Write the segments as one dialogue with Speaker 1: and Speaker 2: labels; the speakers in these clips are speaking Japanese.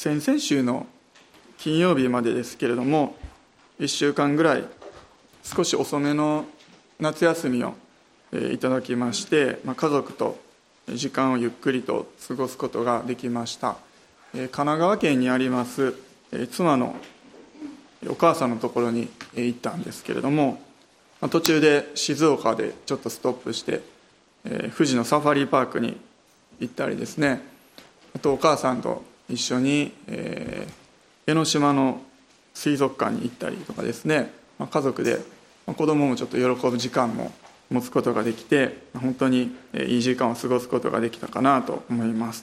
Speaker 1: 先々週の金曜日までですけれども、1週間ぐらい少し遅めの夏休みをいただきまして、家族と時間をゆっくりと過ごすことができました。神奈川県にあります妻のお母さんのところに行ったんですけれども、途中で静岡でちょっとストップして富士のサファリパークに行ったりですね、あとお母さんと一緒に江ノ島の水族館に行ったりとかですね、家族で子供もちょっと喜ぶ時間も持つことができて、本当にいい時間を過ごすことができたかなと思います。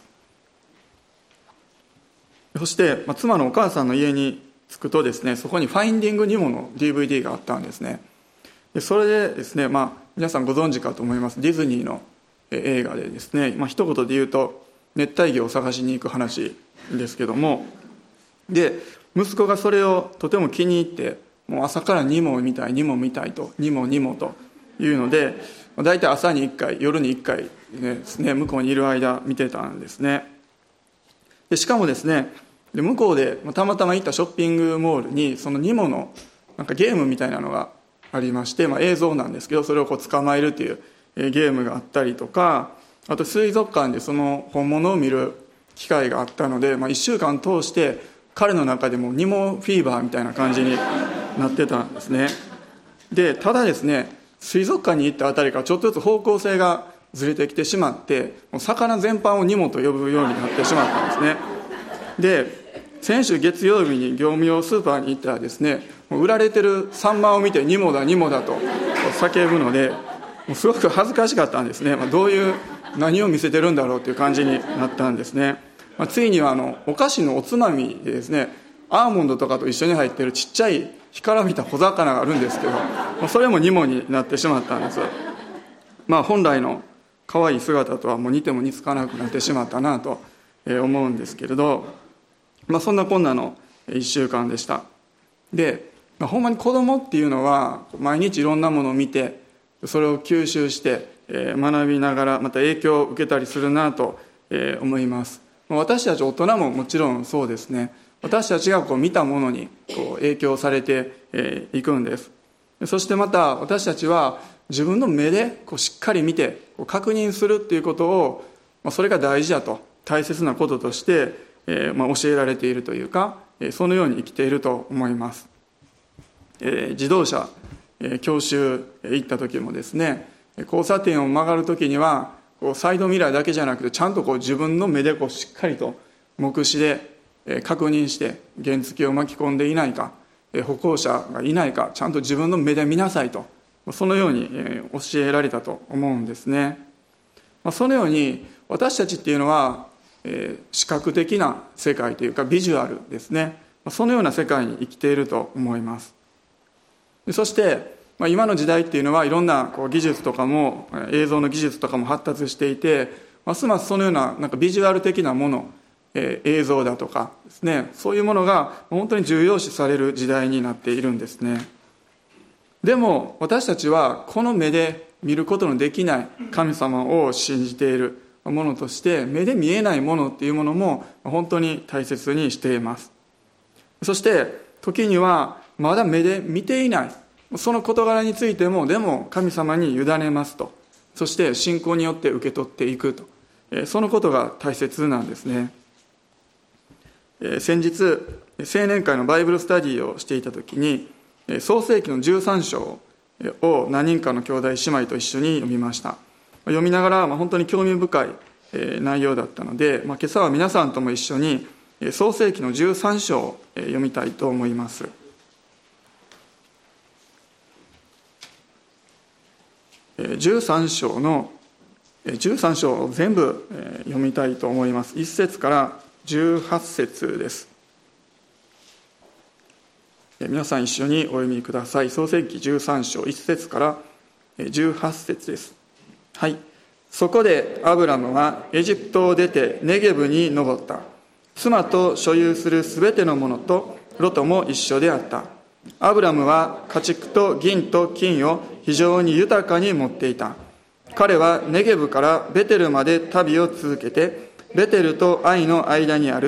Speaker 1: そして妻のお母さんの家に着くとですね、そこにファインディング・ニモの DVD があったんですね。でそれでですね、皆さんご存知かと思います、ディズニーの映画でですね、一言で言うと熱帯魚を探しに行く話ですけども、で息子がそれをとても気に入って、もう朝からニモを見たい、ニモ見たいと、ニモというので、だいたい朝に1回夜に1回ですね、向こうにいる間見てたんですね。でしかもですね、向こうでたまたま行ったショッピングモールにそのニモのゲームみたいなのがありまして、映像なんですけど、それを捕まえるというゲームがあったりとか、あと水族館でその本物を見る機会があったので、1週間通して彼の中でもニモフィーバーみたいな感じになってたんですね。でただですね、水族館に行ったあたりからちょっとずつ方向性がずれてきてしまって、もう魚全般をニモと呼ぶようになってしまったんですね。で先週月曜日に業務用スーパーに行ったらですね、もう売られてるサンマを見てニモだと叫ぶので、もうすごく恥ずかしかったんですね。どういう何を見せてるんだろうという感じになったんですね。ついにはお菓子のおつまみでですね、アーモンドとかと一緒に入ってるちっちゃい干からびた小魚があるんですけど、それもニモになってしまったんです。本来の可愛い姿とはもう似ても似つかなくなってしまったなと思うんですけれど、そんなこんなの1週間でした。で、ほんまに子供っていうのは毎日いろんなものを見て、それを吸収して学びながらまた影響を受けたりするなと思います。私たち大人ももちろんそうですね。私たちが見たものに影響されていくんです。そしてまた私たちは自分の目でしっかり見て確認するっていうことを、それが大事だと、大切なこととして教えられているというか、そのように生きていると思います。自動車教習行った時もですね、交差点を曲がる時にはサイドミラーだけじゃなくて、ちゃんと自分の目でしっかりと目視で確認して、原付を巻き込んでいないか、歩行者がいないか、ちゃんと自分の目で見なさいと、そのように教えられたと思うんですね。そのように私たちっていうのは視覚的な世界というかビジュアルですね、そのような世界に生きていると思います。そして今の時代っていうのはいろんな技術とかも、映像の技術とかも発達していて、ますますそのようなビジュアル的なもの、映像だとかですね、そういうものが本当に重要視される時代になっているんですね。でも私たちはこの目で見ることのできない神様を信じているものとして、目で見えないものっていうものも本当に大切にしています。そして時にはまだ目で見ていないその事柄についても、でも神様に委ねますと、そして信仰によって受け取っていくと、そのことが大切なんですね。先日青年会のバイブルスタディをしていた時に、創世記の13章を何人かの兄弟姉妹と一緒に読みました。読みながら本当に興味深い内容だったので、今朝は皆さんとも一緒に創世記の13章を読みたいと思います。13章を全部読みたいと思います。1節から18節です。皆さん一緒にお読みください。創世記13章1節から18節です。はい。そこでアブラムはエジプトを出てネゲブに登った。妻と所有するすべてのものとロトも一緒であった。アブラムは家畜と銀と金を非常に豊かに持っていた。彼はネゲブからベテルまで旅を続けて、ベテルとアイの間にある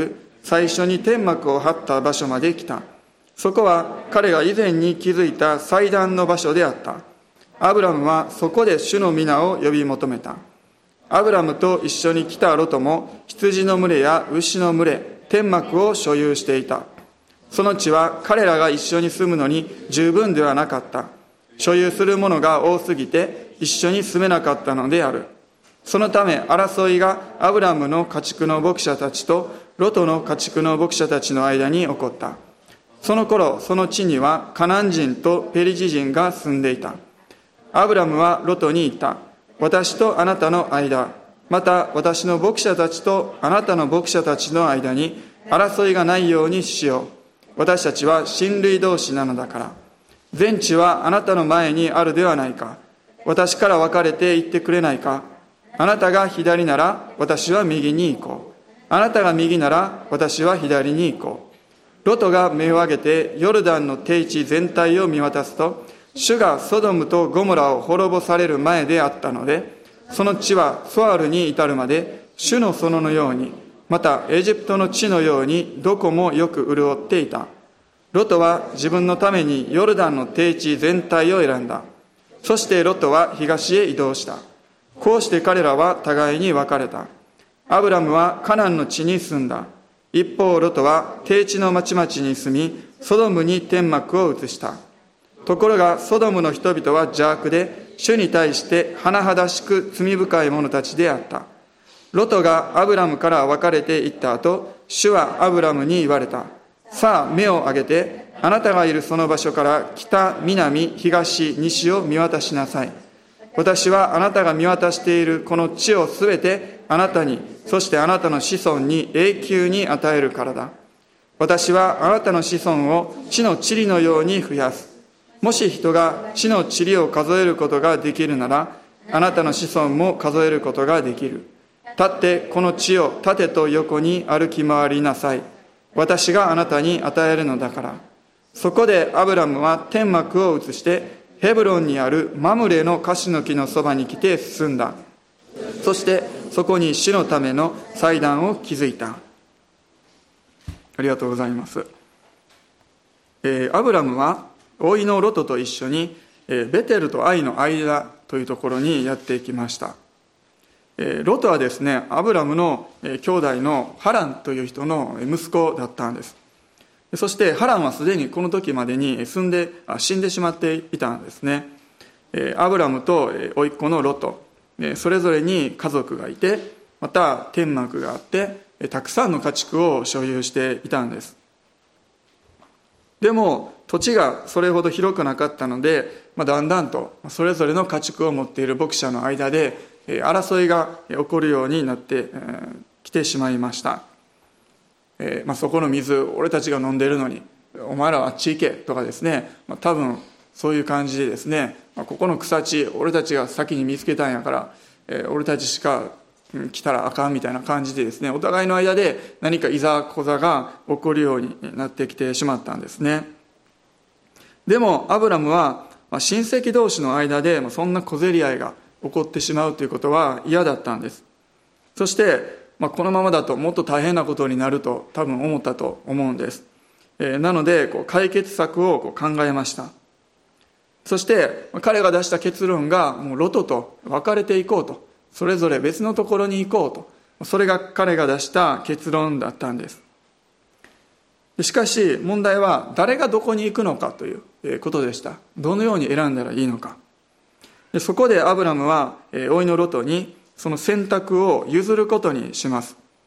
Speaker 1: 最初に天幕を張った場所まで来た。そこは彼が以前に築いた祭壇の場所であった。アブラムはそこで主の皆を呼び求めた。アブラムと一緒に来たロトも羊の群れや牛の群れ、天幕を所有していた。その地は彼らが一緒に住むのに十分ではなかった。所有するものが多すぎて一緒に住めなかったのである。そのため争いがアブラムの家畜の牧者たちとロトの家畜の牧者たちの間に起こった。その頃、その地にはカナン人とペリジ人が住んでいた。アブラムはロトに言った。私とあなたの間、また私の牧者たちとあなたの牧者たちの間に争いがないようにしよう。私たちは親類同士なのだから。全地はあなたの前にあるではないか。私から分かれて行ってくれないか。あなたが左なら私は右に行こう。あなたが右なら私は左に行こう。ロトが目を上げてヨルダンの低地全体を見渡すと、主がソドムとゴモラを滅ぼされる前であったので、その地はソアルに至るまで主の園のように、またエジプトの地のようにどこもよく潤っていた。ロトは自分のためにヨルダンの低地全体を選んだ。そしてロトは東へ移動した。こうして彼らは互いに別れた。アブラムはカナンの地に住んだ。一方ロトは低地の町々に住み、ソドムに天幕を移した。ところがソドムの人々は邪悪で、主に対して甚だしく罪深い者たちであった。ロトがアブラムから別れていった後、主はアブラムに言われた。さあ目を上げて、あなたがいるその場所から北、南、東、西を見渡しなさい。私はあなたが見渡しているこの地をすべてあなたに、そしてあなたの子孫に永久に与えるからだ。私はあなたの子孫を地の塵のように増やす。もし人が地の塵を数えることができるなら、あなたの子孫も数えることができる。立ってこの地を縦と横に歩き回りなさい。私があなたに与えるのだから。そこでアブラムは天幕を移してヘブロンにあるマムレのカシの木のそばに来て進んだ。そしてそこに主のための祭壇を築いた。ありがとうございます。アブラムは甥のロトと一緒にベテルとアイの間というところにやってきました。ロトはですね、アブラムの兄弟のハランという人の息子だったんです。そしてハランはすでにこの時までに死んでしまっていたんですね。アブラムと甥っ子のロト、それぞれに家族がいて、また天幕があって、たくさんの家畜を所有していたんです。でも土地がそれほど広くなかったので、だんだんとそれぞれの家畜を持っている牧者の間で争いが起こるようになってきてしまいました。そこの水俺たちが飲んでいるのにお前らはあっち行けとかですね、多分そういう感じでですね、ここの草地俺たちが先に見つけたんやから、俺たちしか来たらあかんみたいな感じでですね、お互いの間で何かいざこざが起こるようになってきてしまったんですね。でもアブラムは親戚同士の間でそんな小競り合いが起こってしまうということは嫌だったんです。そしてこのままだともっと大変なことになると多分思ったと思うんです。なので解決策を考えました。そして彼が出した結論がもうロトと別れていこうと、それぞれ別のところに行こうと、それが彼が出した結論だったんです。しかし問題は誰がどこに行くのかということでした。どのように選んだらいいのか。そこでアブラムは甥のロトにその選択を譲ることにします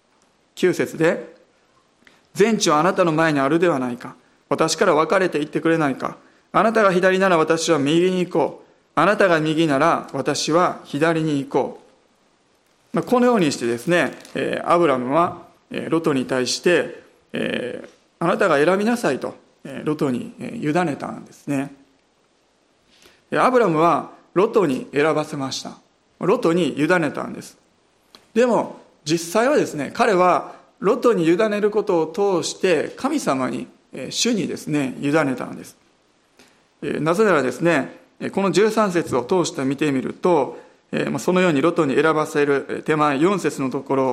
Speaker 1: 。9節で、全地はあなたの前にあるではないか。私から別れて行ってくれないか。あなたが左なら私は右に行こう。あなたが右なら私は左に行こう。このようにしてですね、アブラムはロトに対して、あなたが選びなさいとロトに委ねたんですね。アブラムはロトに選ばせました。ロトに委ねたんです。でも実際はですね、彼はロトに委ねることを通して神様に、主にですね委ねたんです。なぜならですね、この13節を通して見てみると、そのようにロトに選ばせる手前4節のところを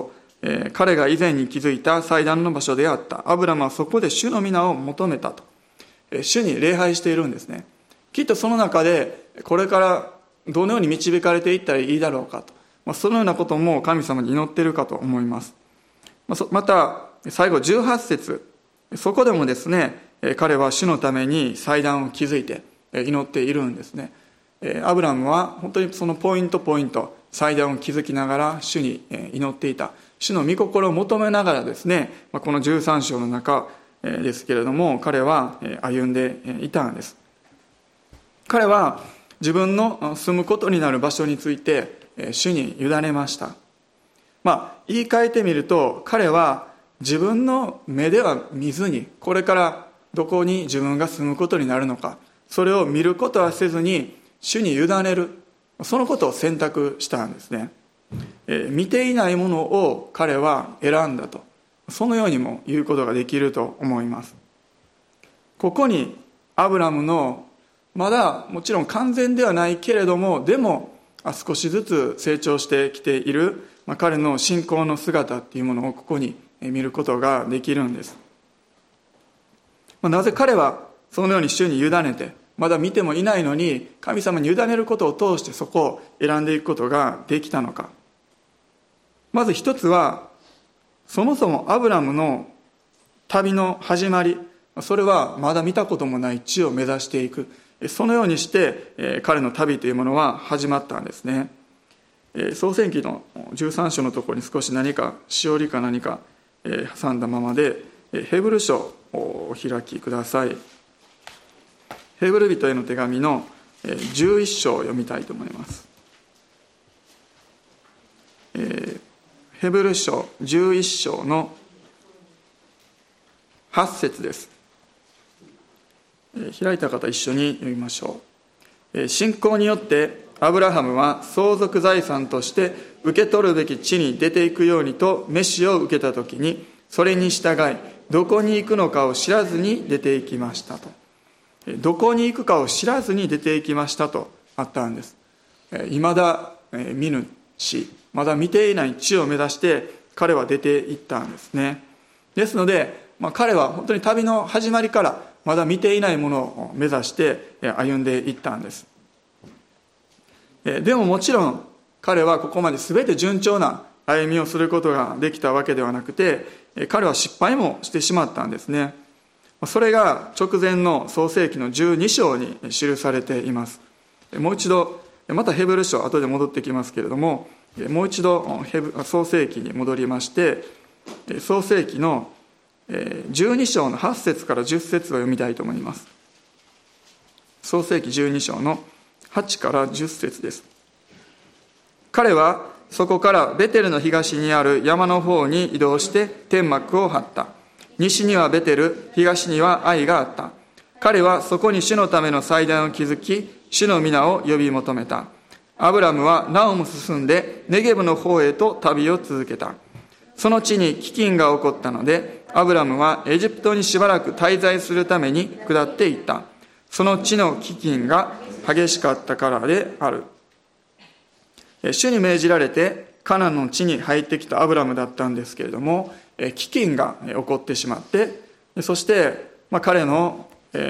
Speaker 1: 彼が以前に築いた祭壇の場所であった。アブラムはそこで主の皆を求めたと。主に礼拝しているんですね。きっとその中でこれからどのように導かれていったらいいだろうかと、そのようなことも神様に祈っているかと思います。また最後18節、そこでもですね、彼は主のために祭壇を築いて祈っているんですね。アブラムは本当にそのポイント祭壇を築きながら主に祈っていた。主の御心を求めながらですね、この13章の中ですけれども、彼は歩んでいたんです。彼は自分の住むことになる場所について主に委ねました。言い換えてみると、彼は自分の目では見ずに、これからどこに自分が住むことになるのか、それを見ることはせずに主に委ねる、そのことを選択したんですね。見ていないものを彼は選んだと、そのようにも言うことができると思います。ここにアブラムのまだもちろん完全ではないけれども、でも少しずつ成長してきている彼の信仰の姿っていうものをここに見ることができるんです。なぜ彼はそのように主に委ねて、まだ見てもいないのに神様に委ねることを通してそこを選んでいくことができたのか。まず一つは、そもそもアブラムの旅の始まり、それはまだ見たこともない地を目指していく、そのようにして彼の旅というものは始まったんですね。創世記の13章のところに少し何かしおりか何か挟んだままで、ヘブル書をお開きください。ヘブル人への手紙の11章を読みたいと思います。ヘブル書11章の8節です。開いた方一緒に読みましょう。信仰によってアブラハムは相続財産として受け取るべき地に出ていくようにと召しを受けたときに、それに従いどこに行くのかを知らずに出ていきましたと。どこに行くかを知らずに出ていきましたとあったんです。未だ見ぬ地、まだ見ていない地を目指して彼は出て行ったんですね。ですので、彼は本当に旅の始まりからまだ見ていないものを目指して歩んでいったんです。でももちろん彼はここまで全て順調な歩みをすることができたわけではなくて、彼は失敗もしてしまったんですね。それが直前の創世記の12章に記されています。もう一度、またヘブル書後で戻ってきますけれども、もう一度創世記に戻りまして、創世記の12章の8節から10節を読みたいと思います。創世記12章の8から10節です。彼はそこからベテルの東にある山の方に移動して天幕を張った。西にはベテル、東にはアイがあった。彼はそこに主のための祭壇を築き、主の皆を呼び求めた。アブラムはなおも進んでネゲブの方へと旅を続けた。その地に飢饉が起こったので、アブラムはエジプトにしばらく滞在するために下っていった。その地の飢饉が激しかったからである。主に命じられてカナンの地に入ってきたアブラムだったんですけれども、飢饉が起こってしまって、そして彼の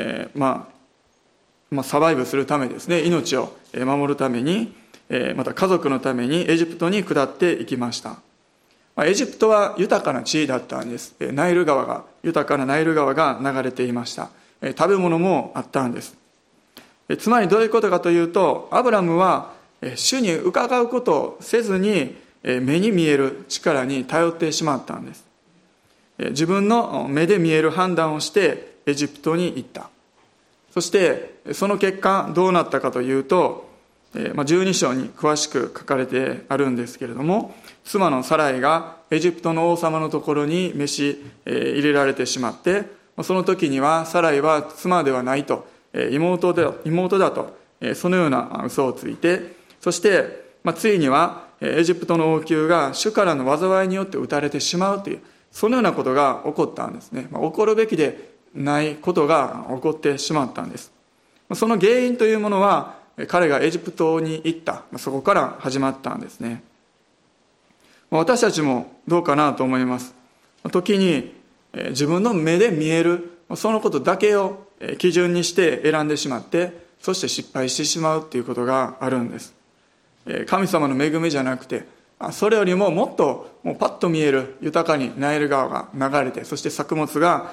Speaker 1: サバイブするためですね、命を守るために、また家族のためにエジプトに下っていきました。エジプトは豊かな地だったんです。豊かなナイル川が流れていました。食べ物もあったんです。つまりどういうことかというと、アブラムは主に伺うことをせずに目に見える力に頼ってしまったんです。自分の目で見える判断をしてエジプトに行った。そしてその結果どうなったかというと、12章に詳しく書かれてあるんですけれども、妻のサライがエジプトの王様のところに召し入れられてしまって、その時にはサライは妻ではないと、妹だと、そのような嘘をついて、そしてついにはエジプトの王宮が主からの災いによって撃たれてしまうという、そのようなことが起こったんですね。起こるべきでないことが起こってしまったんです。その原因というものは、彼がエジプトに行った、そこから始まったんですね。 私たちもどうかなと思います。時に自分の目で見えるそのことだけを基準にして選んでしまって、そして失敗してしまうということがあるんです。神様の恵みじゃなくて、それよりももっともうパッと見える豊かにナイル川が流れて、そして作物が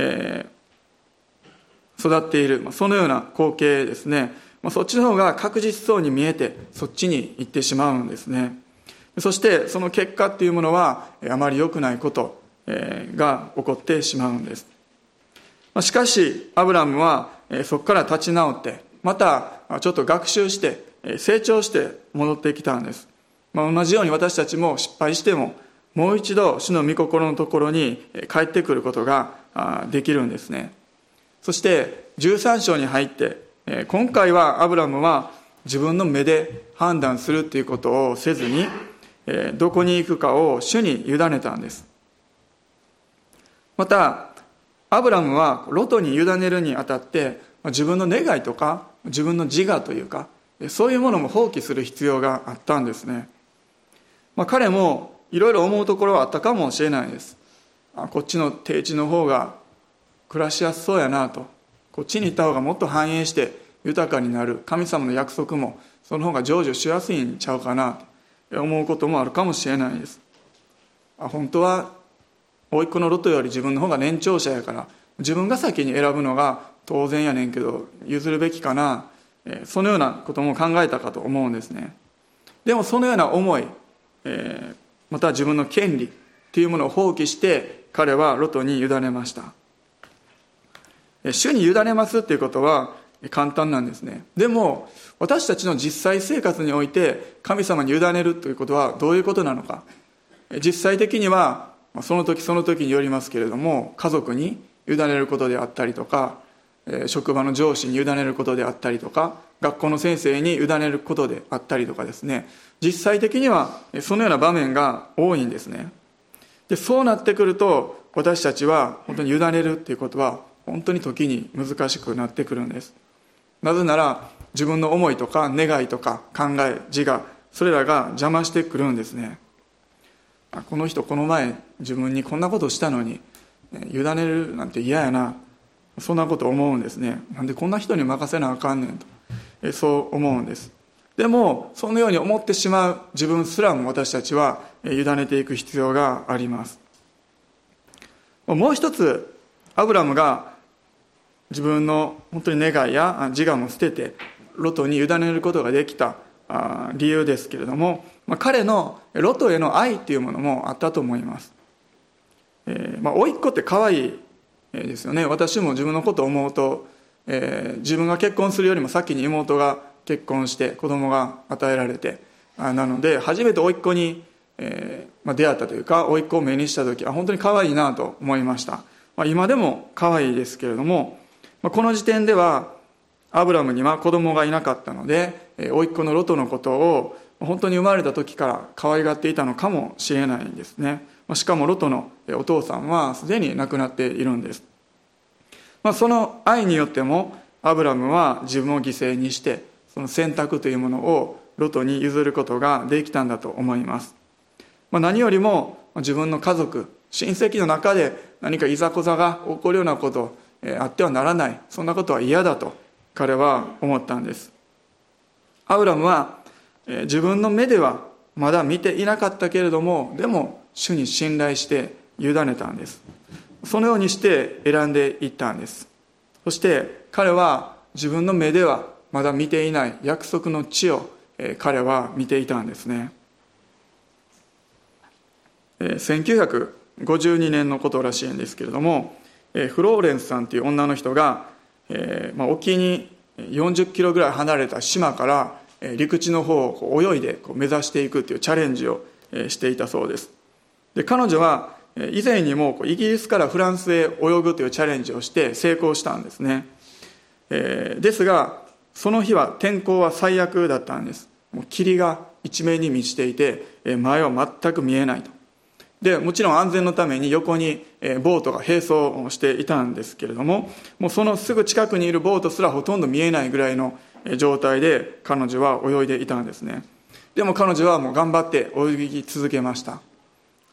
Speaker 1: 育っている、そのような光景ですね。そっちの方が確実そうに見えて、そっちに行ってしまうんですね。そしてその結果っていうものはあまり良くないことが起こってしまうんです。しかしアブラムはそこから立ち直って、またちょっと学習して成長して戻ってきたんです。同じように私たちも失敗してももう一度主の御心のところに帰ってくることができるんですね。そして13章に入って今回はアブラムは自分の目で判断するということをせずに、どこに行くかを主に委ねたんです。またアブラムはロトに委ねるにあたって自分の願いとか自分の自我というか、そういうものも放棄する必要があったんですね。彼もいろいろ思うところはあったかもしれないです。こっちの低地の方が暮らしやすそうやなと、こっちに行った方がもっと繁栄して豊かになる、神様の約束もその方が成就しやすいんちゃうかなと思うこともあるかもしれないです。本当は甥っ子のロトより自分の方が年長者やから自分が先に選ぶのが当然やねんけど譲るべきかな、そのようなことも考えたかと思うんですね。でもそのような思い、また自分の権利というものを放棄して彼はロトに委ねました。主に委ねますっていうことは簡単なんですね。でも私たちの実際生活において神様に委ねるということはどういうことなのか。実際的にはその時その時によりますけれども、家族に委ねることであったりとか、職場の上司に委ねることであったりとか、学校の先生に委ねることであったりとかですね、実際的にはそのような場面が多いんですね。でそうなってくると私たちは本当に委ねるっていうことは本当に時に難しくなってくるんです。なぜなら自分の思いとか願いとか考え自我、それらが邪魔してくるんですね。この人この前自分にこんなことしたのに委ねるなんて嫌やな、そんなこと思うんですね。なんでこんな人に任せなあかんねんと、そう思うんです。でもそのように思ってしまう自分すらも私たちは委ねていく必要があります。もう一つアブラムが自分の本当に願いや自我も捨ててロトに委ねることができた理由ですけれども、彼のロトへの愛というものもあったと思います。甥っ子って可愛いですよね。私も自分のことを思うと、自分が結婚するよりも先に妹が結婚して子供が与えられて、なので初めて甥っ子に、出会ったというか甥っ子を目にした時本当に可愛いなと思いました。今でも可愛いですけれども、この時点ではアブラムには子供がいなかったので、甥っ子のロトのことを本当に生まれた時から可愛がっていたのかもしれないんですね。しかもロトのお父さんはすでに亡くなっているんです。その愛によってもアブラムは自分を犠牲にしてその選択というものをロトに譲ることができたんだと思います。何よりも自分の家族親戚の中で何かいざこざが起こるようなことあってはならない、そんなことは嫌だと彼は思ったんです。アブラムは自分の目ではまだ見ていなかったけれども、でも主に信頼して委ねたんです。そのようにして選んでいったんです。そして彼は自分の目ではまだ見ていない約束の地を彼は見ていたんですね。1952年のことらしいんですけれども、フローレンスさんという女の人が、沖に40キロぐらい離れた島から陸地の方を泳いで目指していくというチャレンジをしていたそうです。で彼女は以前にもイギリスからフランスへ泳ぐというチャレンジをして成功したんですね。ですがその日は天候は最悪だったんです。もう霧が一面に満ちていて前は全く見えないと。でもちろん安全のために横にボートが並走していたんですけれども、もうそのすぐ近くにいるボートすらほとんど見えないぐらいの状態で彼女は泳いでいたんですね。でも彼女はもう頑張って泳ぎ続けました。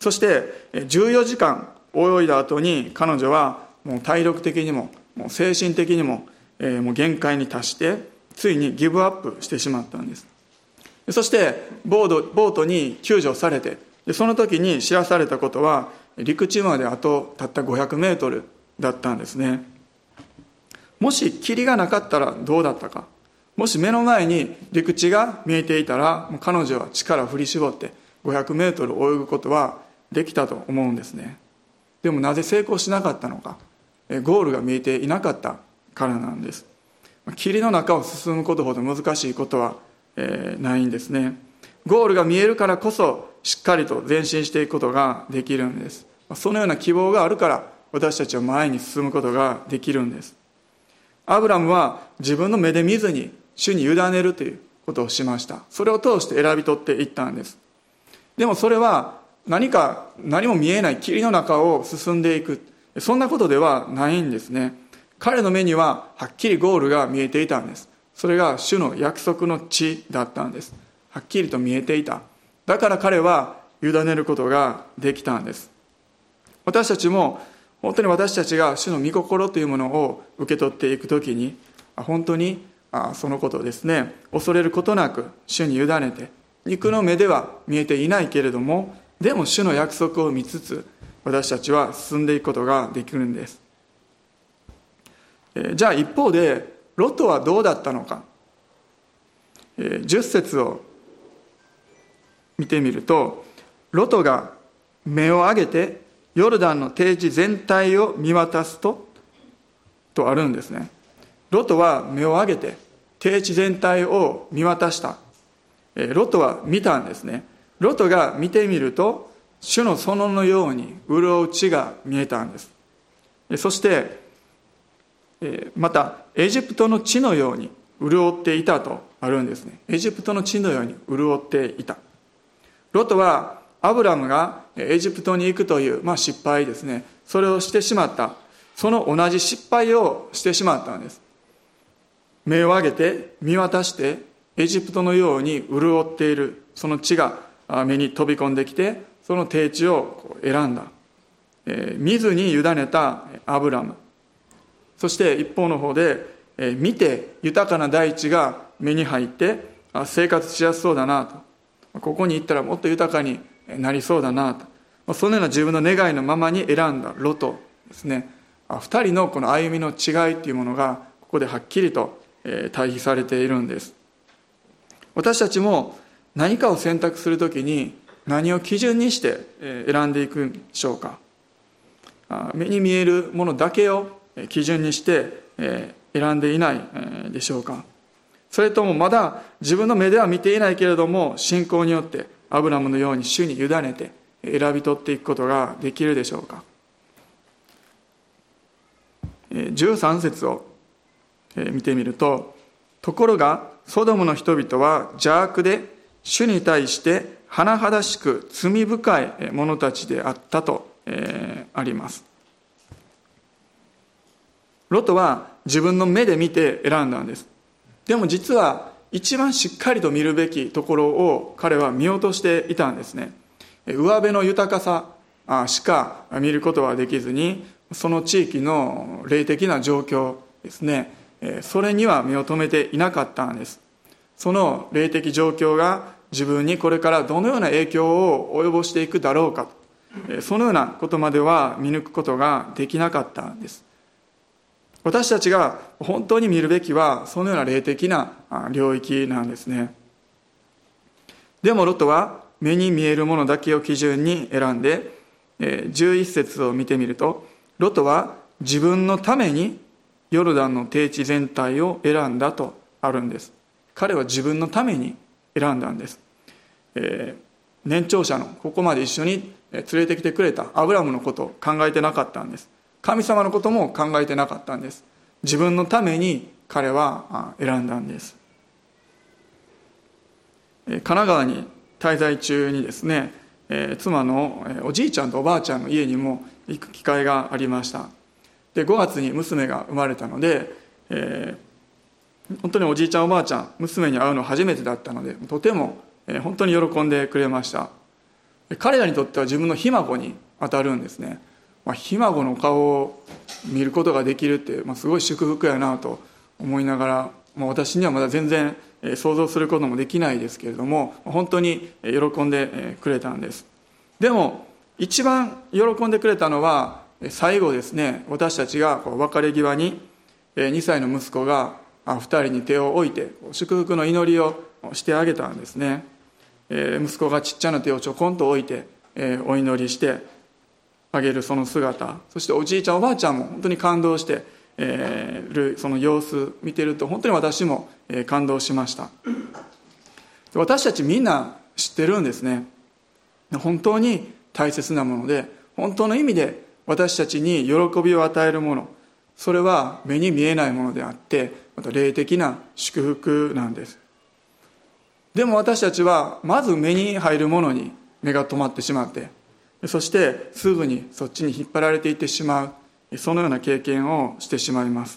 Speaker 1: そして14時間泳いだ後に彼女はもう体力的にももう精神的にももう限界に達してついにギブアップしてしまったんです。そしてボートに救助されて、その時に知らされたことは陸地まであとたった500メートルだったんですね。もし霧がなかったらどうだったか。もし目の前に陸地が見えていたら、もう彼女は力を振り絞って500メートル泳ぐことはできたと思うんですね。でもなぜ成功しなかったのか。ゴールが見えていなかったからなんです。霧の中を進むことほど難しいことはないんですね。ゴールが見えるからこそしっかりと前進していくことができるんです。そのような希望があるから私たちは前に進むことができるんです。アブラムは自分の目で見ずに主に委ねるということをしました。それを通して選び取っていったんです。でもそれは何も見えない霧の中を進んでいく、そんなことではないんですね。彼の目にははっきりゴールが見えていたんです。それが主の約束の地だったんです。はっきりと見えていた。だから彼は委ねることができたんです。私たちも本当に私たちが主の御心というものを受け取っていくときに、本当にそのことをですね、恐れることなく主に委ねて、肉の目では見えていないけれども、でも主の約束を見つつ私たちは進んでいくことができるんです。じゃあ一方でロトはどうだったのか。10節を見てみると、ロトが目を上げてヨルダンの低地全体を見渡すとあるんですね。ロトは目を上げて低地全体を見渡した。ロトは見たんですね。ロトが見てみると主の園のように潤う地が見えたんです。そしてまたエジプトの地のように潤っていたとあるんですね。エジプトの地のように潤っていた。ロトはアブラムがエジプトに行くという、失敗ですね。それをしてしまった。その同じ失敗をしてしまったんです。目を上げて見渡してエジプトのように潤っているその地が目に飛び込んできて、その低地を選んだ。見ずに委ねたアブラム。そして一方の方で見て豊かな大地が目に入って生活しやすそうだなと、ここに行ったらもっと豊かになりそうだなと、そのような自分の願いのままに選んだロトですね。二人のこの歩みの違いというものがここではっきりと対比されているんです。私たちも何かを選択するときに何を基準にして選んでいくんでしょうか。目に見えるものだけを基準にして選んでいないでしょうか。それともまだ自分の目では見ていないけれども信仰によってアブラムのように主に委ねて選び取っていくことができるでしょうか。13節を見てみると、ところがソドムの人々は邪悪で主に対して甚だしく罪深い者たちであったとあります。ロトは自分の目で見て選んだんです。でも実は一番しっかりと見るべきところを彼は見落としていたんですね。上辺の豊かさしか見ることはできずに、その地域の霊的な状況ですね、それには目を留めていなかったんです。その霊的状況が自分にこれからどのような影響を及ぼしていくだろうか、そのようなことまでは見抜くことができなかったんです。私たちが本当に見るべきはそのような霊的な領域なんですね。でもロトは目に見えるものだけを基準に選んで、11節を見てみると、ロトは自分のためにヨルダンの低地全体を選んだとあるんです。彼は自分のために選んだんです。年長者のここまで一緒に連れてきてくれたアブラムのことを考えてなかったんです。神様のことも考えてなかったんです。自分のために彼は選んだんです。神奈川に滞在中にですね、妻のおじいちゃんとおばあちゃんの家にも行く機会がありました。で、5月に娘が生まれたので、本当におじいちゃんおばあちゃん娘に会うの初めてだったので、とても本当に喜んでくれました。 彼らにとっては自分のひ孫に当たるんですね。ひ孫の顔を見ることができるって、すごい祝福やなと思いながら、私にはまだ全然想像することもできないですけれども、本当に喜んでくれたんです。でも一番喜んでくれたのは最後ですね。私たちが別れ際に2歳の息子が2人に手を置いて祝福の祈りをしてあげたんですね。息子がちっちゃな手をちょこんと置いてお祈りしてあげるその姿、そしておじいちゃんおばあちゃんも本当に感動してるその様子見てると、本当に私も感動しました。私たちみんな知ってるんですね。本当に大切なもので、本当の意味で私たちに喜びを与えるもの、それは目に見えないものであって、また霊的な祝福なんです。でも私たちはまず目に入るものに目が止まってしまって、そしてすぐにそっちに引っ張られていってしまう、そのような経験をしてしまいます。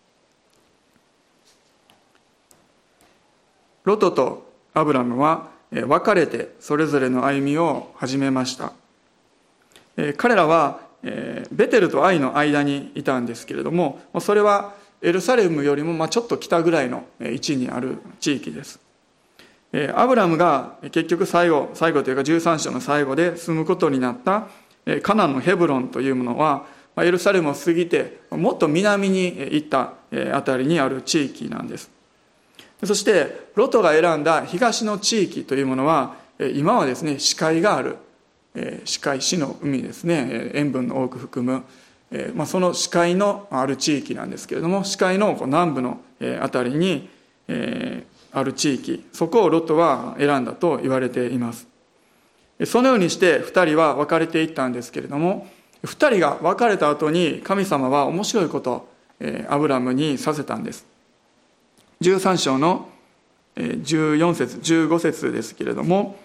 Speaker 1: ロトとアブラムは別れてそれぞれの歩みを始めました。彼らはベテルとアイの間にいたんですけれども、それはエルサレムよりもちょっと北ぐらいの位置にある地域です。アブラムが結局最後というか13章の最後で住むことになったカナンのヘブロンというものは、エルサレムを過ぎてもっと南に行ったあたりにある地域なんです。そしてロトが選んだ東の地域というものは、今はですね、死海がある、死の海ですね、塩分の多く含む、その死海のある地域なんですけれども、死海の南部のあたりにある地域、そこをロトは選んだと言われています。そのようにして2人は別れていったんですけれども、2人が別れた後に神様は面白いことをアブラムにさせたんです。13章の14節15節ですけれども、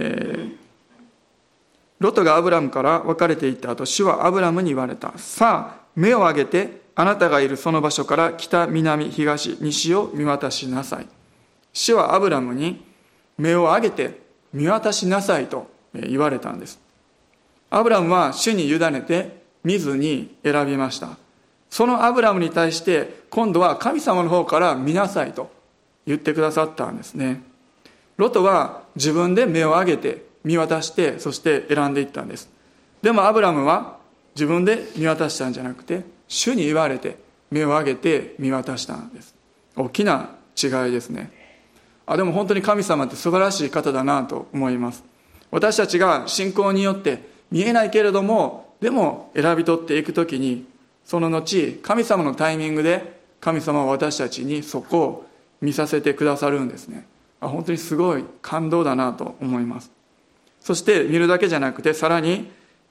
Speaker 1: ロトがアブラムから別れていった後、主はアブラムに言われた。さあ目を上げてあなたがいるその場所から北南東西を見渡しなさい。主はアブラムに目を上げて見渡しなさいと言われたんです。アブラムは主に委ねて見ずに選びました。そのアブラムに対して今度は神様の方から見なさいと言ってくださったんですね。ロトは自分で目を上げて見渡して、そして選んでいったんです。でもアブラムは自分で見渡したんじゃなくて、主に言われて目を上げて見渡したんです。大きな違いですね。でも本当に神様って素晴らしい方だなと思います。私たちが信仰によって見えないけれども、でも選び取っていくときに、その後神様のタイミングで神様は私たちにそこを見させてくださるんですね。本当にすごい感動だなと思います。そして見るだけじゃなくて、さらに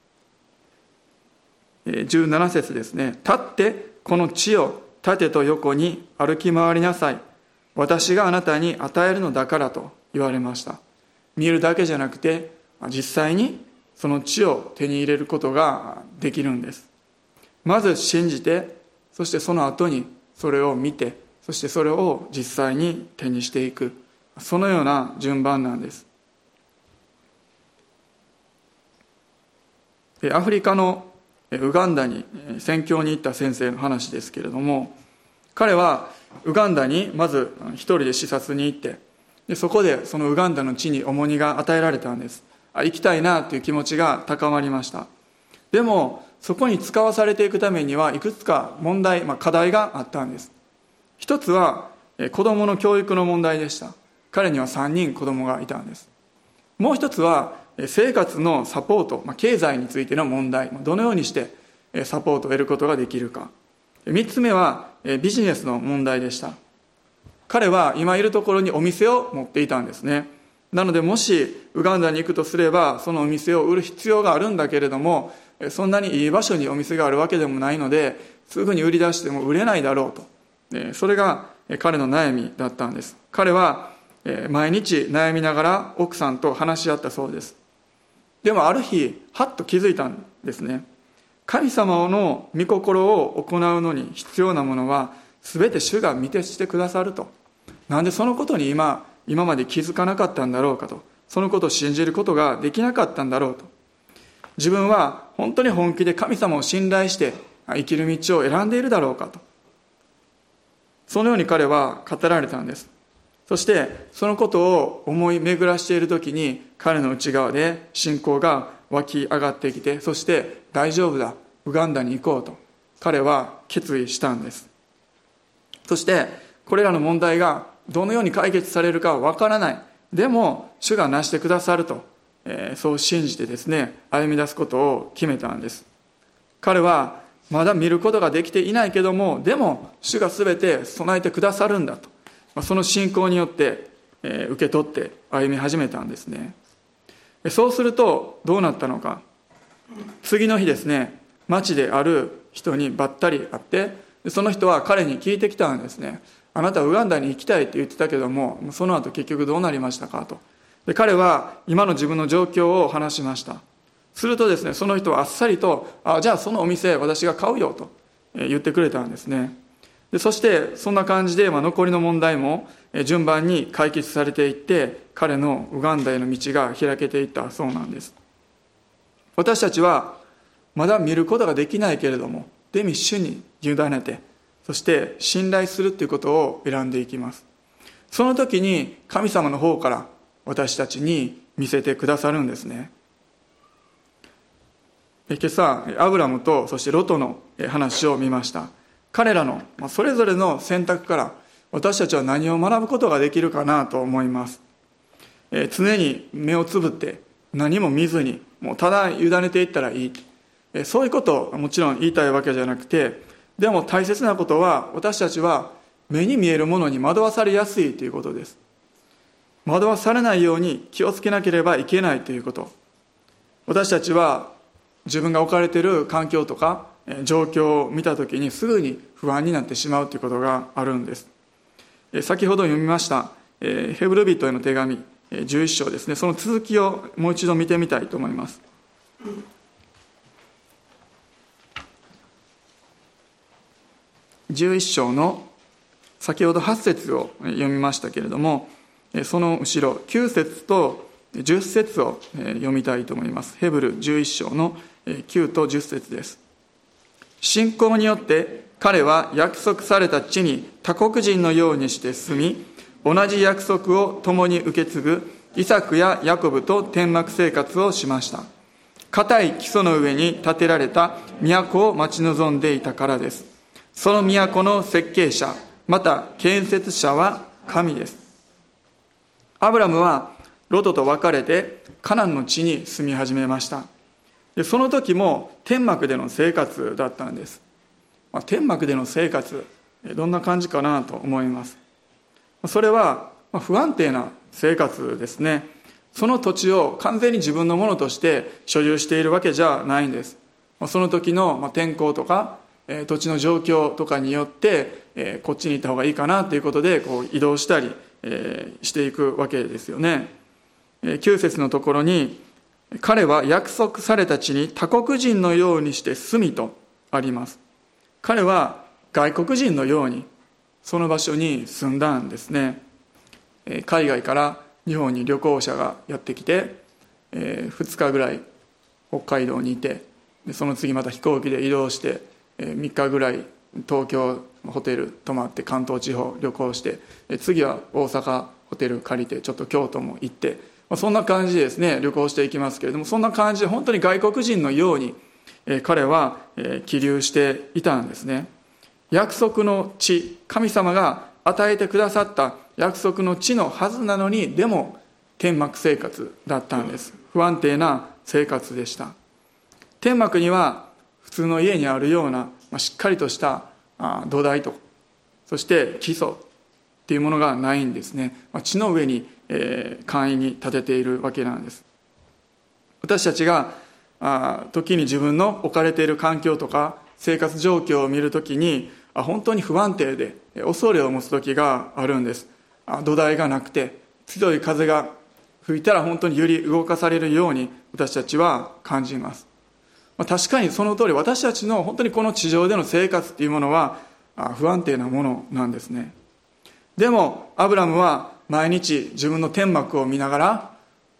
Speaker 1: 17節ですね。立ってこの地を縦と横に歩き回りなさい。私があなたに与えるのだからと言われました。見るだけじゃなくて、実際にその地を手に入れることができるんです。まず信じて、そしてその後にそれを見て、そしてそれを実際に手にしていく、そのような順番なんです。アフリカのウガンダに宣教に行った先生の話ですけれども、彼はウガンダにまず一人で視察に行って、でそこでそのウガンダの地に重荷が与えられたんです。行きたいなという気持ちが高まりました。でもそこに使わされていくためにはいくつか問題、課題があったんです。一つは子供の教育の問題でした。彼には3人子供がいたんです。もう一つは生活のサポート、経済についての問題、どのようにしてサポートを得ることができるか。3つ目はビジネスの問題でした。彼は今いるところにお店を持っていたんですね。なのでもしウガンダに行くとすれば、そのお店を売る必要があるんだけれども、そんなにいい場所にお店があるわけでもないので、すぐに売り出しても売れないだろうと。それが彼の悩みだったんです。彼は毎日悩みながら奥さんと話し合ったそうです。でもある日はっと気づいたんですね。神様の御心を行うのに必要なものは全て主が満たしてくださると。なんでそのことに今まで気づかなかったんだろうかと、 そのことを信じることができなかったんだろうと。自分は本当に本気で神様を信頼して生きる道を選んでいるだろうかと。そのように彼は語られたんです。そしてそのことを思い巡らしているときに、彼の内側で信仰が湧き上がってきて、そして大丈夫だ、ウガンダに行こうと彼は決意したんです。そしてこれらの問題がどのように解決されるかはわからない、でも主がなしてくださると、そう信じてですね、歩み出すことを決めたんです。彼はまだ見ることができていないけども、でも主が全て備えてくださるんだと、その信仰によって、受け取って歩み始めたんですね。そうするとどうなったのか。次の日ですね、町である人にばったり会って、その人は彼に聞いてきたんですね。あなたはウガンダに行きたいって言ってたけども、その後結局どうなりましたかと。で、彼は今の自分の状況を話しました。するとですね、その人はあっさりと、じゃあそのお店私が買うよと言ってくれたんですね。で、そしてそんな感じで、残りの問題も順番に解決されていって、彼のウガンダへの道が開けていったそうなんです。私たちはまだ見ることができないけれども、でも主に委ねて、そして信頼するということを選んでいきます。その時に神様の方から私たちに見せてくださるんですね。今朝アブラムとそしてロトの話を見ました。彼らのそれぞれの選択から私たちは何を学ぶことができるかなと思います。常に目をつぶって何も見ずにもうただ委ねていったらいい、そういうことをもちろん言いたいわけじゃなくて、でも大切なことは、私たちは目に見えるものに惑わされやすいということです。惑わされないように気をつけなければいけないということ。私たちは自分が置かれている環境とか状況を見たときにすぐに不安になってしまうということがあるんです。先ほど読みましたヘブル人への手紙11章ですね、その続きをもう一度見てみたいと思います。11章の先ほど8節を読みましたけれども、その後ろ9節と10節を読みたいと思います。ヘブル11章の9と10節です。信仰によって彼は約束された地に他国人のようにして住み、同じ約束を共に受け継ぐイサクやヤコブと天幕生活をしました。固い基礎の上に建てられた都を待ち望んでいたからです。その都の設計者、また建設者は神です。アブラムはロトと別れてカナンの地に住み始めました。で、その時も天幕での生活だったんです。天幕での生活、どんな感じかなと思います。それは不安定な生活ですね。その土地を完全に自分のものとして所有しているわけじゃないんです。その時の天候とか土地の状況とかによってこっちに行った方がいいかなということで移動したりしていくわけですよね。9節のところに、彼は約束された地に他国人のようにして住みとあります。彼は外国人のようにその場所に住んだんですね。海外から日本に旅行者がやってきて、2日ぐらい北海道にいて、その次また飛行機で移動して3日ぐらい東京ホテル泊まって関東地方旅行して、次は大阪ホテル借りてちょっと京都も行って、そんな感じでですね旅行していきますけれども、そんな感じで本当に外国人のように彼は起立していたんですね。約束の地、神様が与えてくださった約束の地のはずなのに、でも天幕生活だったんです。不安定な生活でした。天幕には普通の家にあるようなしっかりとした土台と、そして基礎っていうものがないんですね。地の上に簡易に立てているわけなんです。私たちが時に自分の置かれている環境とか生活状況を見るときに本当に不安定で恐れを持つ時があるんです。土台がなくて強い風が吹いたら本当に揺り動かされるように私たちは感じます。確かにその通り、私たちの本当にこの地上での生活っていうものは不安定なものなんですね。でもアブラムは毎日自分の天幕を見ながら、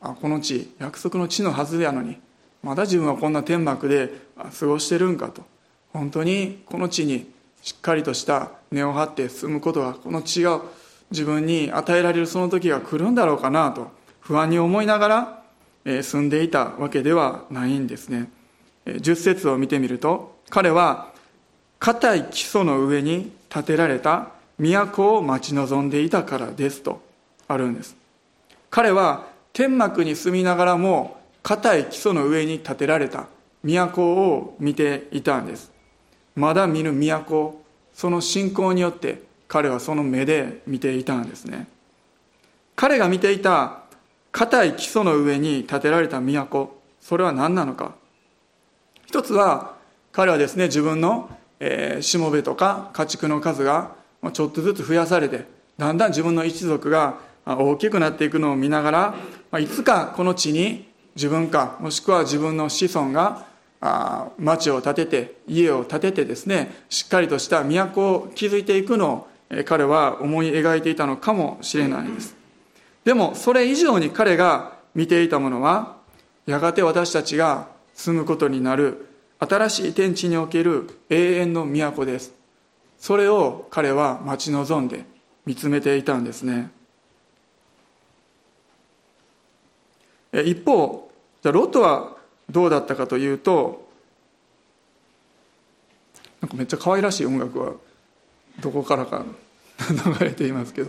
Speaker 1: この地、約束の地のはずやのにまだ自分はこんな天幕で過ごしてるんかと、本当にこの地にしっかりとした根を張って住むことが、この地が自分に与えられるその時が来るんだろうかなと不安に思いながら住んでいたわけではないんですね。10節を見てみると、彼は固い基礎の上に建てられた都を待ち望んでいたからですとあるんです。彼は天幕に住みながらも固い基礎の上に建てられた都を見ていたんです。まだ見ぬ都、その信仰によって彼はその目で見ていたんですね。彼が見ていた固い基礎の上に建てられた都、それは何なのか。一つは彼はですね、自分のしもべとか家畜の数がちょっとずつ増やされて、だんだん自分の一族が大きくなっていくのを見ながら、いつかこの地に自分か、もしくは自分の子孫が町を建てて、家を建ててですね、しっかりとした都を築いていくのを彼は思い描いていたのかもしれないです。でもそれ以上に彼が見ていたものは、やがて私たちが住むことになる新しい天地における永遠の都です。それを彼は待ち望んで見つめていたんですね。一方、じゃあロトはどうだったかというと、なんかめっちゃ可愛らしい音楽はどこからか流れていますけど、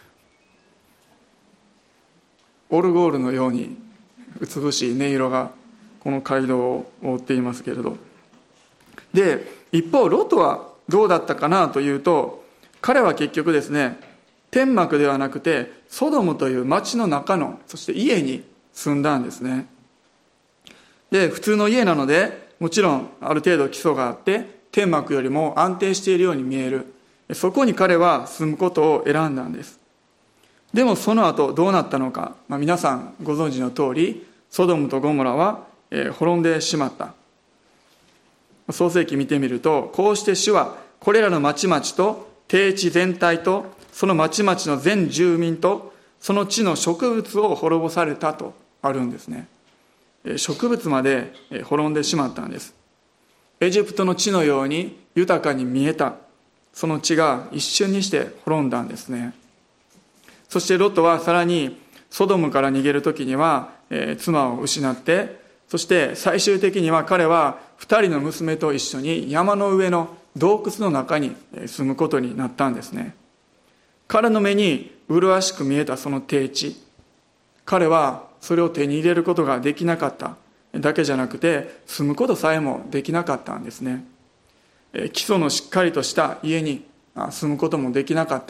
Speaker 1: オルゴールのように美しい音色がこの街道を覆っていますけれど、で一方ロトはどうだったかなというと、彼は結局ですね、天幕ではなくてソドムという町の中の、そして家に住んだんですね。で普通の家なので、もちろんある程度基礎があって天幕よりも安定しているように見える、そこに彼は住むことを選んだんです。でもその後どうなったのか、皆さんご存知の通り、ソドムとゴモラは滅んでしまった。創世記見てみると、こうして主はこれらの町々と低地全体とその町々の全住民とその地の植物を滅ぼされたとあるんですね。植物まで滅んでしまったんです。エジプトの地のように豊かに見えたその地が一瞬にして滅んだんですね。そしてロトはさらにソドムから逃げる時には妻を失って、そして最終的には彼は2人の娘と一緒に山の上の洞窟の中に住むことになったんですね。彼の目に麗しく見えたその低地、彼はそれを手に入れることができなかっただけじゃなくて、住むことさえもできなかったんですね。基礎のしっかりとした家に住むこともできなかった。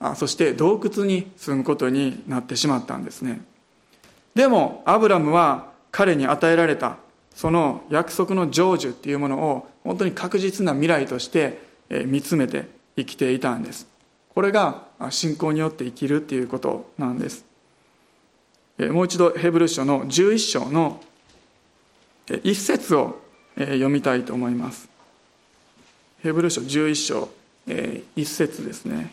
Speaker 1: そして洞窟に住むことになってしまったんですね。でもアブラムは彼に与えられたその約束の成就っていうものを本当に確実な未来として見つめて生きていたんです。これが信仰によって生きるっていうことなんです。もう一度ヘブル書の11章の1節を読みたいと思います。ヘブル書11章1節ですね。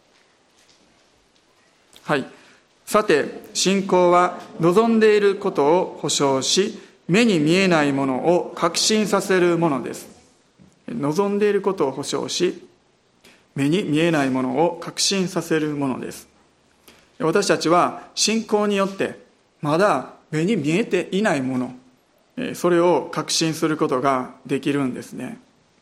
Speaker 1: はい。さて信仰は望んでいることを保証し、目に見えないものを確信させるものです。望んでいることを保証し、目に見えないものを確信させるものです。私たちは信仰によってまだ目に見えていないもの、それを確信することができるんですね。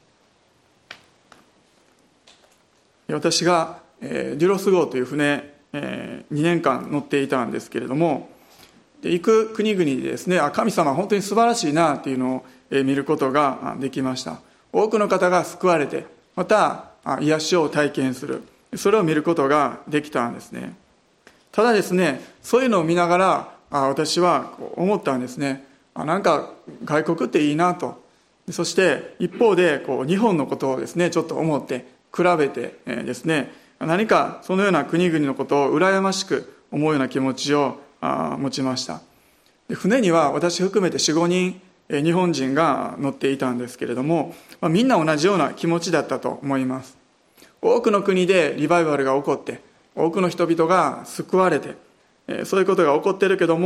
Speaker 1: 私がデュロス号という船2年間乗っていたんですけれども、行く国々でですね、神様は本当に素晴らしいなというのを見ることができました。多くの方が救われて、また癒しを体験する、それを見ることができたんですね。ただですね、そういうのを見ながら私は思ったんですね。なんか外国っていいなと。そして一方で日本のことをですねちょっと思って比べてですね、何かそのような国々のことを羨ましく思うような気持ちを持ちました。船には私含めて 4,5 人日本人が乗っていたんですけれども、みんな同じような気持ちだったと思います。多くの国でリバイバルが起こって、多くの人々が救われて、そういうことが起こっているけども、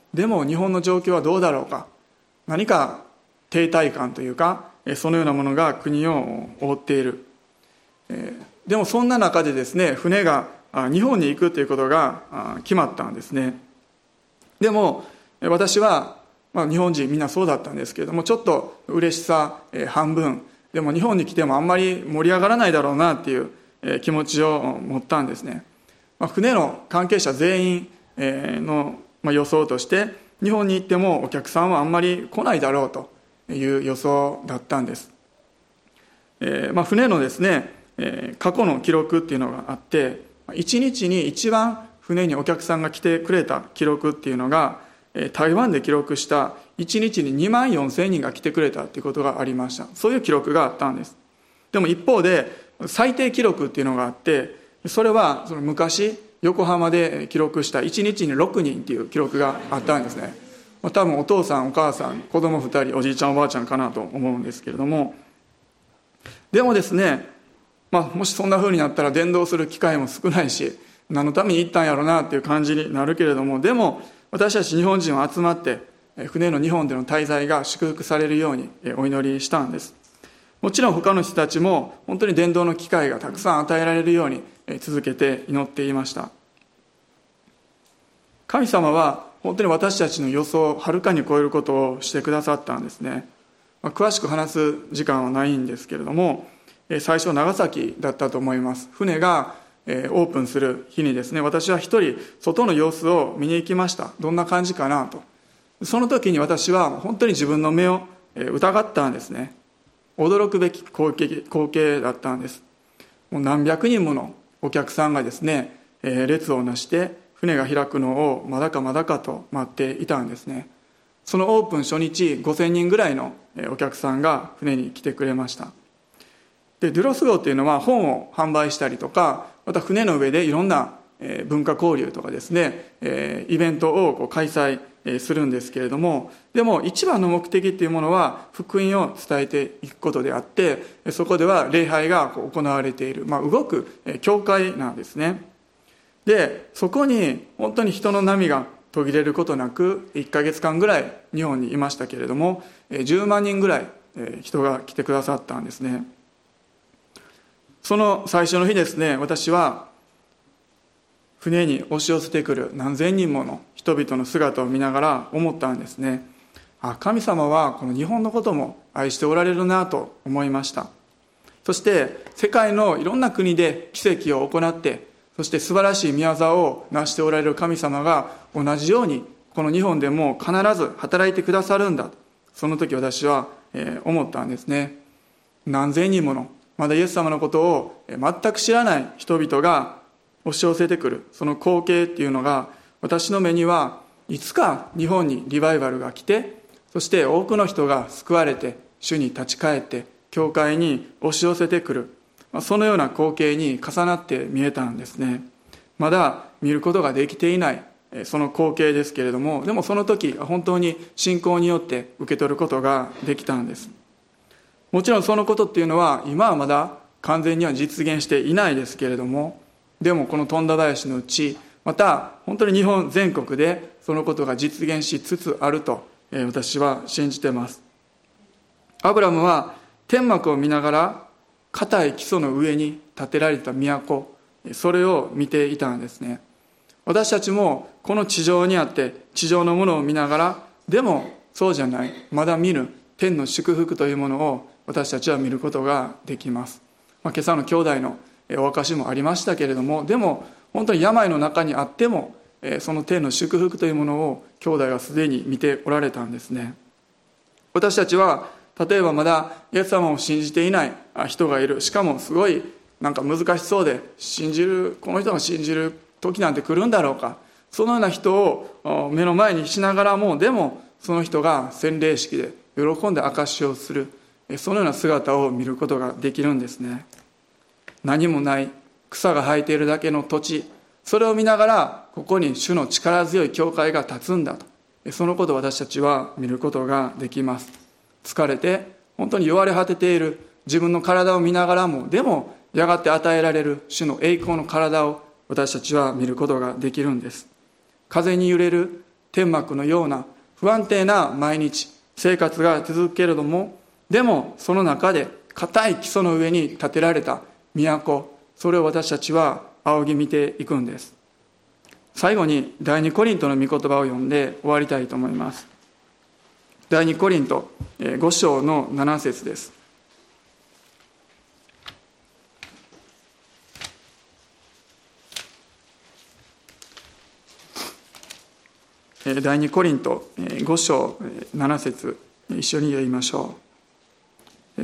Speaker 1: でも日本の状況はどうだろうか、何か停滞感というかそのようなものが国を覆っている。でもそんな中でですね、船が日本に行くということが決まったんですね。でも私は、日本人みんなそうだったんですけれども、ちょっと嬉しさ半分、でも日本に来てもあんまり盛り上がらないだろうなっていう気持ちを持ったんですね。船の関係者全員の予想として、日本に行ってもお客さんはあんまり来ないだろうという予想だったんです。船のですね、過去の記録っていうのがあって、1日に一番船にお客さんが来てくれた記録っていうのが、台湾で記録した1日に2万4千人が来てくれたっていうことがありました。そういう記録があったんです。でも一方で最低記録っていうのがあって、それはその昔横浜で記録した1日に6人っていう記録があったんですね。多分お父さんお母さん子供2人おじいちゃんおばあちゃんかなと思うんですけれども、でもですね、もしそんな風になったら伝道する機会も少ないし、何のために行ったんやろうなっていう感じになるけれども、でも私たち日本人は集まって船の日本での滞在が祝福されるようにお祈りしたんです。もちろん他の人たちも本当に伝道の機会がたくさん与えられるように続けて祈っていました。神様は本当に私たちの予想をはるかに超えることをしてくださったんですね。詳しく話す時間はないんですけれども、最初長崎だったと思います。船がオープンする日にですね、私は一人外の様子を見に行きました。どんな感じかなと。その時に私は本当に自分の目を疑ったんですね。驚くべき光景だったんです。もう何百人ものお客さんがですね、列をなして船が開くのをまだかまだかと待っていたんですね。そのオープン初日5000人ぐらいのお客さんが船に来てくれました。でドゥロス号というのは本を販売したりとか、また船の上でいろんな文化交流とかですね、イベントを開催するんですけれども、でも一番の目的というものは福音を伝えていくことであって、そこでは礼拝が行われている、動く教会なんですね。でそこに本当に人の波が途切れることなく1ヶ月間ぐらい日本にいましたけれども、10万人ぐらい人が来てくださったんですね。その最初の日ですね、私は船に押し寄せてくる何千人もの人々の姿を見ながら思ったんですね。神様はこの日本のことも愛しておられるなと思いました。そして世界のいろんな国で奇跡を行って、そして素晴らしい宮業を成しておられる神様が同じようにこの日本でも必ず働いてくださるんだ。その時私は思ったんですね。何千人ものまだイエス様のことを全く知らない人々が押し寄せてくる、その光景っていうのが私の目にはいつか日本にリバイバルが来て、そして多くの人が救われて主に立ち返って教会に押し寄せてくる、そのような光景に重なって見えたんですね。まだ見ることができていないその光景ですけれども、でもその時本当に信仰によって受け取ることができたんです。もちろんそのことっていうのは今はまだ完全には実現していないですけれども、でもこの富田林のうち、また本当に日本全国でそのことが実現しつつあると私は信じています。アブラムは天幕を見ながら固い基礎の上に建てられた都、それを見ていたんですね。私たちもこの地上にあって地上のものを見ながら、でもそうじゃない、まだ見ぬ天の祝福というものを私たちは見ることができます。今朝の兄弟のお証もありましたけれども、でも本当に病の中にあってもその天の祝福というものを兄弟はすでに見ておられたんですね。私たちは例えばまだイエス様を信じていない人がいる、しかもすごい難しそうで、この人が信じる時なんて来るんだろうか、そのような人を目の前にしながらも、でもその人が洗礼式で喜んで証しをする、そのような姿を見ることができるんですね。何もない草が生えているだけの土地、それを見ながらここに主の力強い教会が立つんだと、そのことを私たちは見ることができます。疲れて本当に弱れ果てている自分の体を見ながらも、でもやがて与えられる主の栄光の体を私たちは見ることができるんです。風に揺れる天幕のような不安定な毎日生活が続くけれども、でもその中で固い基礎の上に建てられた都、それを私たちは仰ぎ見ていくんです。最後に第二コリントの御言葉を読んで終わりたいと思います。第二コリント5章の7節です。第二コリント5章7節一緒に読みましょう。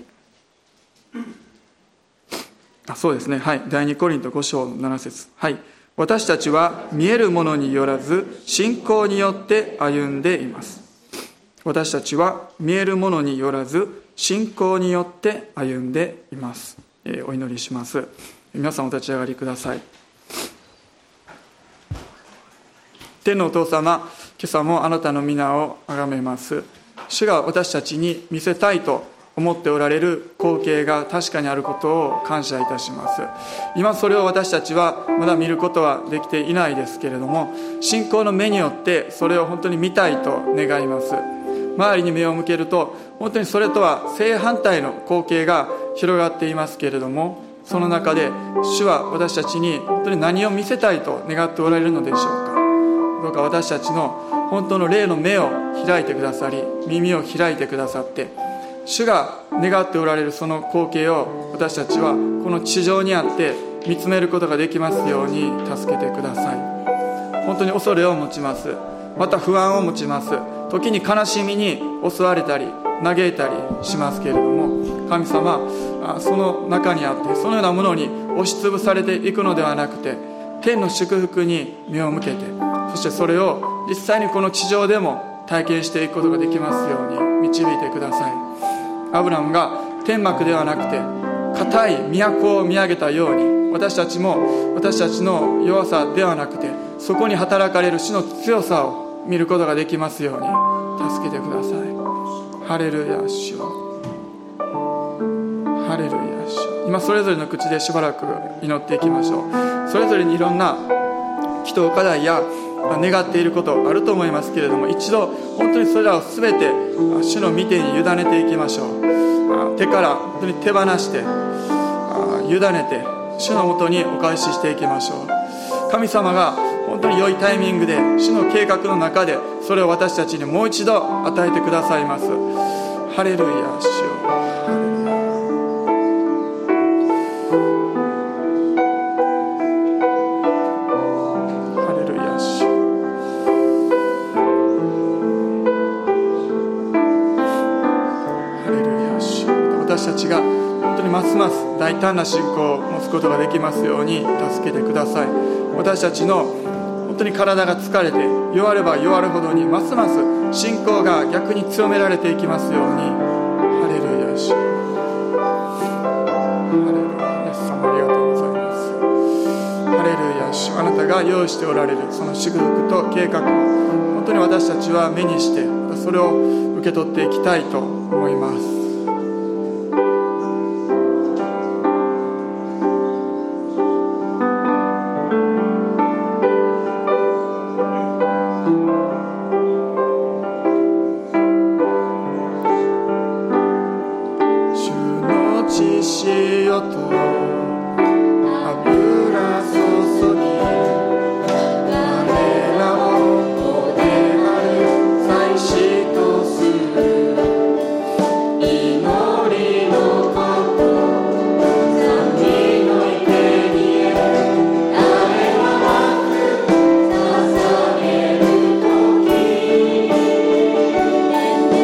Speaker 1: そうですね。はい。第二コリント5章7節。はい。私たちは見えるものによらず信仰によって歩んでいます。私たちは見えるものによらず信仰によって歩んでいます。お祈りします。皆さんお立ち上がりください。天のお父様、今朝もあなたの皆を崇めます。主が私たちに見せたいと思っておられる光景が確かにあることを感謝いたします。今それを私たちはまだ見ることはできていないですけれども、信仰の目によってそれを本当に見たいと願います。周りに目を向けると本当にそれとは正反対の光景が広がっていますけれども、その中で主は私たちに本当に何を見せたいと願っておられるのでしょうか。どうか私たちの本当の霊の目を開いてくださり、耳を開いてくださって、主が願っておられるその光景を私たちはこの地上にあって見つめることができますように助けてください。本当に恐れを持ちます。また不安を持ちます。時に悲しみに襲われたり嘆いたりしますけれども、神様、その中にあってそのようなものに押しつぶされていくのではなくて、天の祝福に目を向けて、そしてそれを実際にこの地上でも体験していくことができますように導いてください。アブラムが天幕ではなくて固い都を見上げたように、私たちも私たちの弱さではなくてそこに働かれる主の強さを見ることができますように助けてください。ハレルヤ主よ、ハレルヤ主よ。今それぞれの口でしばらく祈っていきましょう。それぞれにいろんな祈祷課題や願っていることあると思いますけれども、一度本当にそれらを全て主の御手に委ねていきましょう。手から本当に手放して委ねて主のもとにお返ししていきましょう。神様が本当に良いタイミングで主の計画の中でそれを私たちにもう一度与えてくださいます。ハレルヤ主よ、私たちが本当にますます大胆な信仰を持つことができますように助けてください。私たちの本当に体が疲れて弱れば弱るほどにますます信仰が逆に強められていきますように。ハレルヤ主、ハレルヤ、イエス様ありがとうございます。ハレルヤ主、あなたが用意しておられるその祝福と計画を本当に私たちは目にしてそれを受け取っていきたいと思います。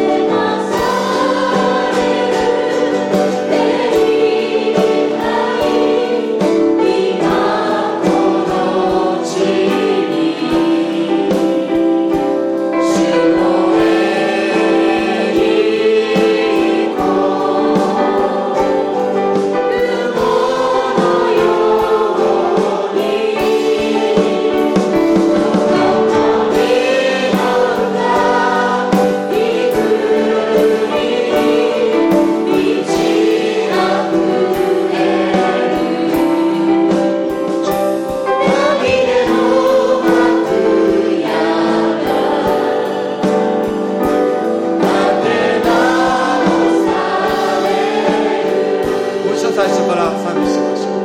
Speaker 2: ハ
Speaker 1: 心から賛美しましょう。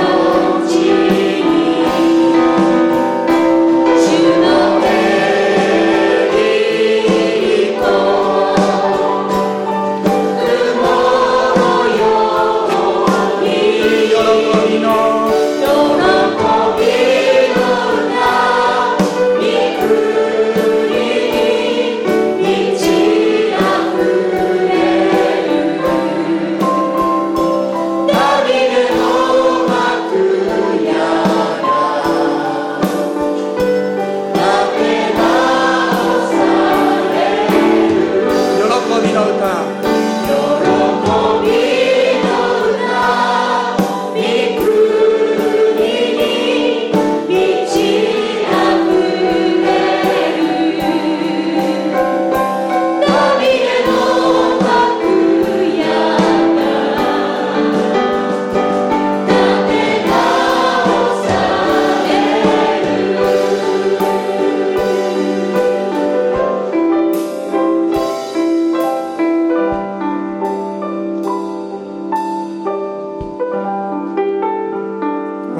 Speaker 2: 主の栄光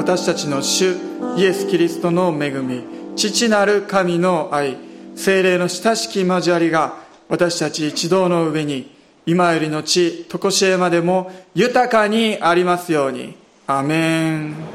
Speaker 1: 私たちの主イエス・キリストの恵み、父なる神の愛、聖霊の親しき交わりが私たち一同の上に今よりのち常しえまでも豊かにありますように。アメン。